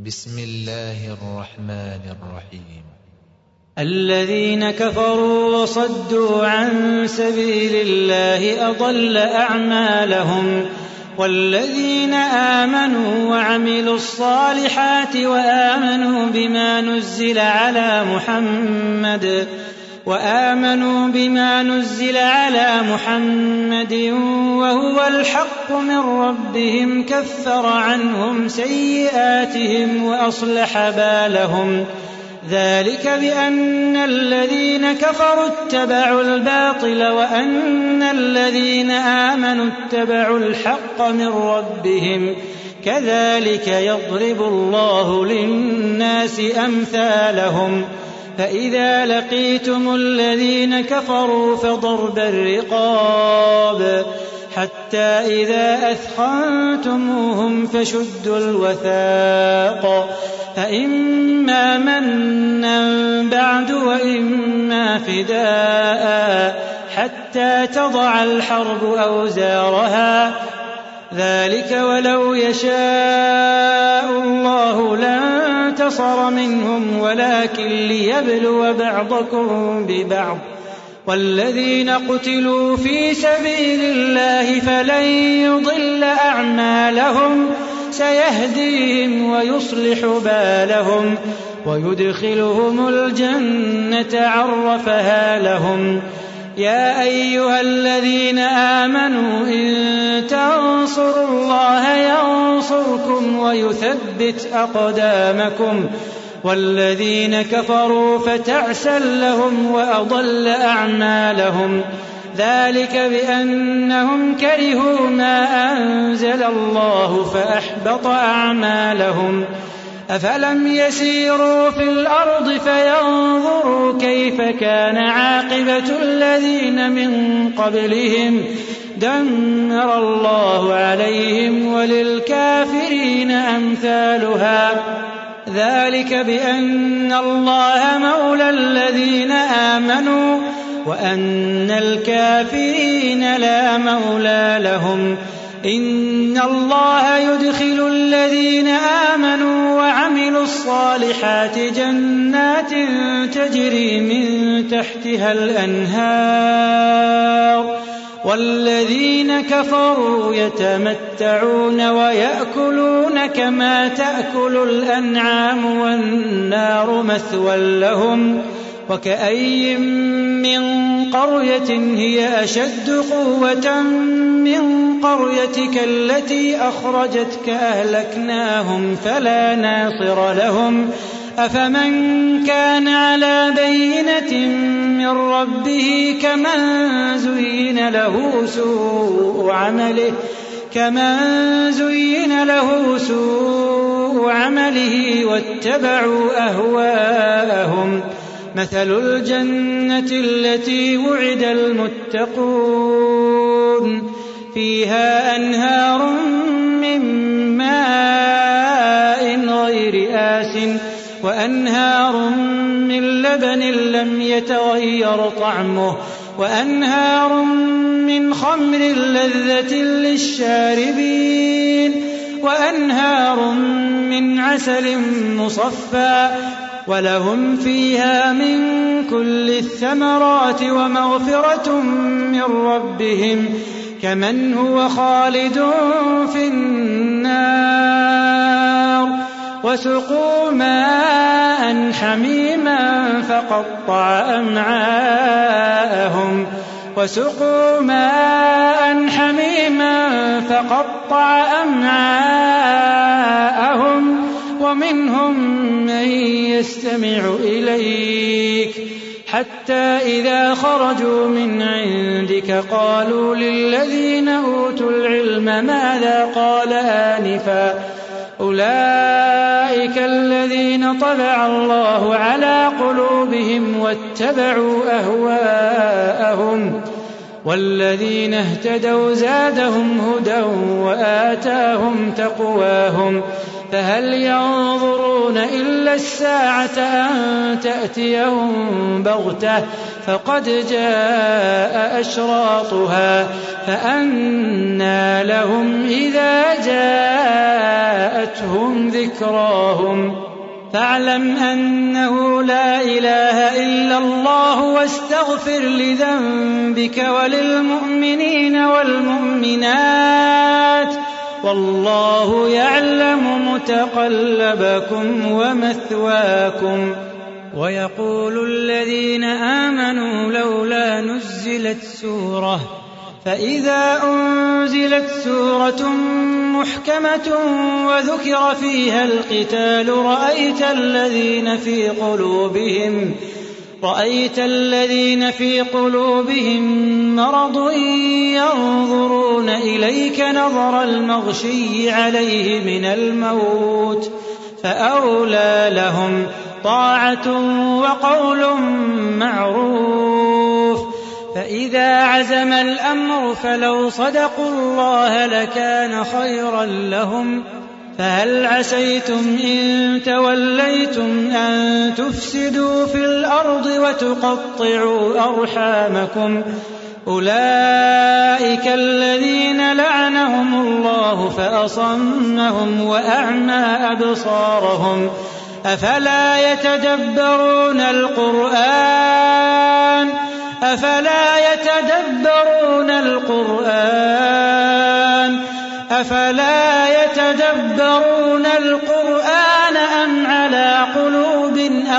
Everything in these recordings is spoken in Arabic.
بسم الله الرحمن الرحيم. الذين كفروا وصدوا عن سبيل الله أضل أعمالهم، والذين آمنوا وعملوا الصالحات وآمنوا بما نزل على محمد وهو الحق من ربهم كفر عنهم سيئاتهم وأصلح بالهم. ذلك بأن الذين كفروا اتبعوا الباطل وأن الذين آمنوا اتبعوا الحق من ربهم، كذلك يضرب الله للناس أمثالهم. فإذا لقيتم الذين كفروا فضرب الرقاب حتى إذا أثخنتموهم فشدوا الوثاق، فإما منا بعد وإما فداء حتى تضع الحرب أوزارها. ذلك ولو يشاء الله لانتصر منهم ولكن ليبلو بعضكم ببعض. والذين قتلوا في سبيل الله فلن يضل أعمالهم، سيهديهم ويصلح بالهم ويدخلهم الجنة عرفها لهم. يا أيها الذين آمنوا إن تنصروا الله ينصركم ويثبت أقدامكم، والذين كفروا فتعسا لهم وأضل أعمالهم. ذلك بأنهم كرهوا ما أنزل الله فأحبط أعمالهم. أفلم يسيروا في الأرض فينظروا كيف كان عاقبة الذين من قبلهم، دمر الله عليهم وللكافرين أمثالها. ذلك بأن الله مولى الذين آمنوا وأن الكافرين لا مولى لهم. إن الله يدخل الذين آمنوا وعملوا الصالحات جنات تجري من تحتها الأنهار، والذين كفروا يتمتعون ويأكلون كما تأكل الأنعام والنار مثوى لهم. وكأي من قرية هي أشد قوة من قريتك التي أخرجتك أهلكناهم فلا ناصر لهم. أفمن كان على بينة من ربه كمن زين له سوء عمله واتبعوا أهواءهم. مثل الجنة التي وعد المتقون فيها أنهار من ماء غير آسٍ وأنهار من لبن لم يتغير طعمه وأنهار من خمر لذة للشاربين وأنهار من عسل مصفى ولهم فيها من كل الثمرات ومغفرة من ربهم كمن هو خالد في النار وسقوا ماء حميما فقطع أمعاءهم ومنهم من يستمع إليك حتى إذا خرجوا من عندك قالوا للذين أوتوا العلم ماذا قال آنفا أولئك الذين طبع الله على قلوبهم واتبعوا أهواءهم والذين اهتدوا زادهم هدى وآتاهم تقواهم فهل ينظرون إلا الساعة أن تأتيهم بغتة فقد جاء أشراطها فأنى لهم إذا جاءتهم ذكراهم فاعلم أنه لا إله إلا الله واستغفر لذنبك وللمؤمنين والمؤمنات والله يعلم متقلبكم ومثواكم. ويقول الذين آمنوا لولا نزلت سورة فإذا أنزلت سورة محكمة وذكر فيها القتال رأيت الذين في قلوبهم مرض ينظرون إليك نظر المغشي عليه من الموت فأولى لهم طاعة وقول معروف. فإذا عزم الأمر فلو صدقوا الله لكان خيرا لهم. فهل عسيتم إن توليتم أن تفسدوا في الأرض وتقطعوا أرحامكم أولئك الذين لعنهم الله فأصمهم وأعمى أبصارهم أفلا يتدبرون القرآن أم على قلوب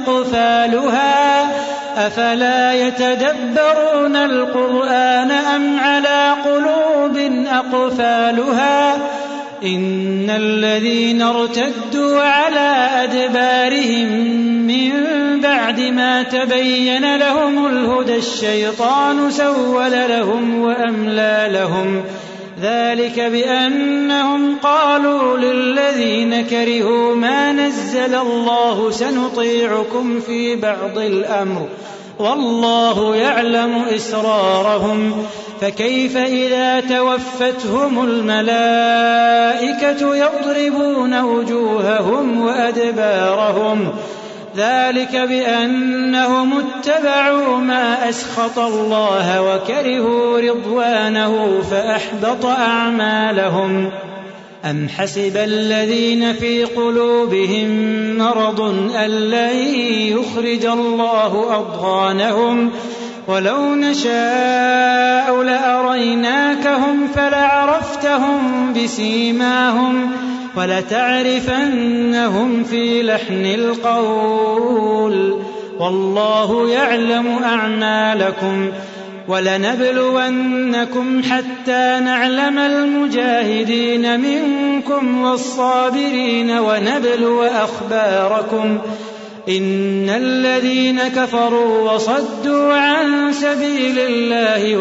أقفالها إن الذين ارتدوا على أدبارهم من بعد ما تبين لهم الهدى الشيطان سول لهم وأملى لهم ذلك بأنهم قالوا للذين كرهوا ما نزل الله سنطيعكم في بعض الأمر والله يعلم إسرارهم فكيف إذا توفتهم الملائكة يضربون وجوههم وأدبارهم ذلك بأنهم اتبعوا ما أسخط الله وكرهوا رضوانه فأحبط أعمالهم. أم حسب الذين في قلوبهم مرض أن لن يخرج الله أضغانهم ولو نشاء لأريناكهم فلعرفتهم بسيماهم ولتعرفنهم في لحن القول والله يعلم أعمالكم. ولنبلونكم حتى نعلم المجاهدين منكم والصابرين ونبلو أخباركم إن الذين كفروا وصدوا عن سبيل الله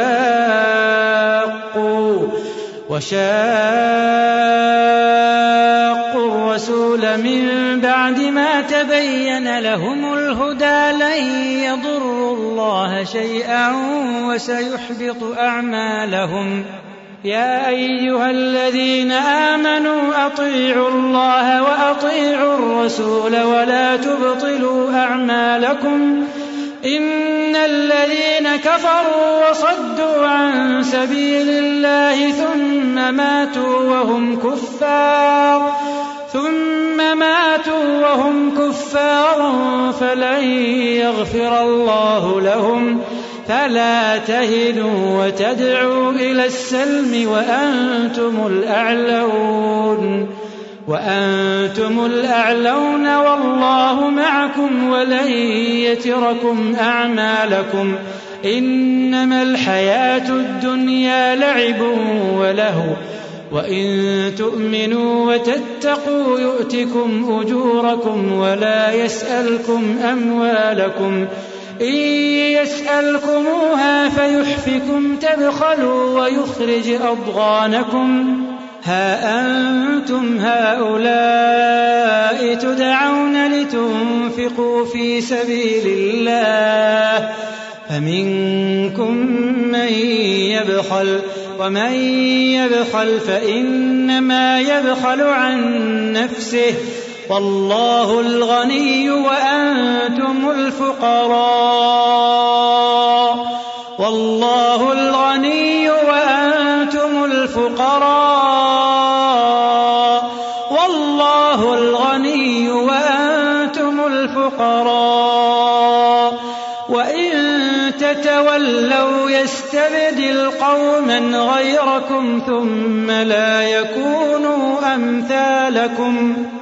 وشاقوا الرسول من بعد ما تبين لهم الهدى لن يضروا الله شيئا وسيحبط أعمالهم. يا أيها الذين آمنوا أطيعوا الله وأطيعوا الرسول ولا تبطلوا أعمالكم إن الذين كفروا وصدوا عن سبيل الله ثم ماتوا وهم كفار فلن يغفر الله لهم. فلا تهنوا وتدعوا إلى السلم وأنتم الأعلون والله معكم ولن يتركم أعمالكم إنما الحياة الدنيا لعب ولهو وإن تؤمنوا وتتقوا يؤتكم أجوركم ولا يسألكم أموالكم إن يسألكموها فيحفكم تبخلوا ويخرج أضغانكم. ها أنتم هؤلاء تدعون لتنفقوا في سبيل الله فمنكم من يبخل ومن يبخل فإنما يبخل عن نفسه والله الغني وأنتم الفقراء والله الغني وأنتم الفقراء والله الغني وأنتم الفقراء وإن تتولوا يستبدل قوما غيركم ثم لا يكونوا أمثالكم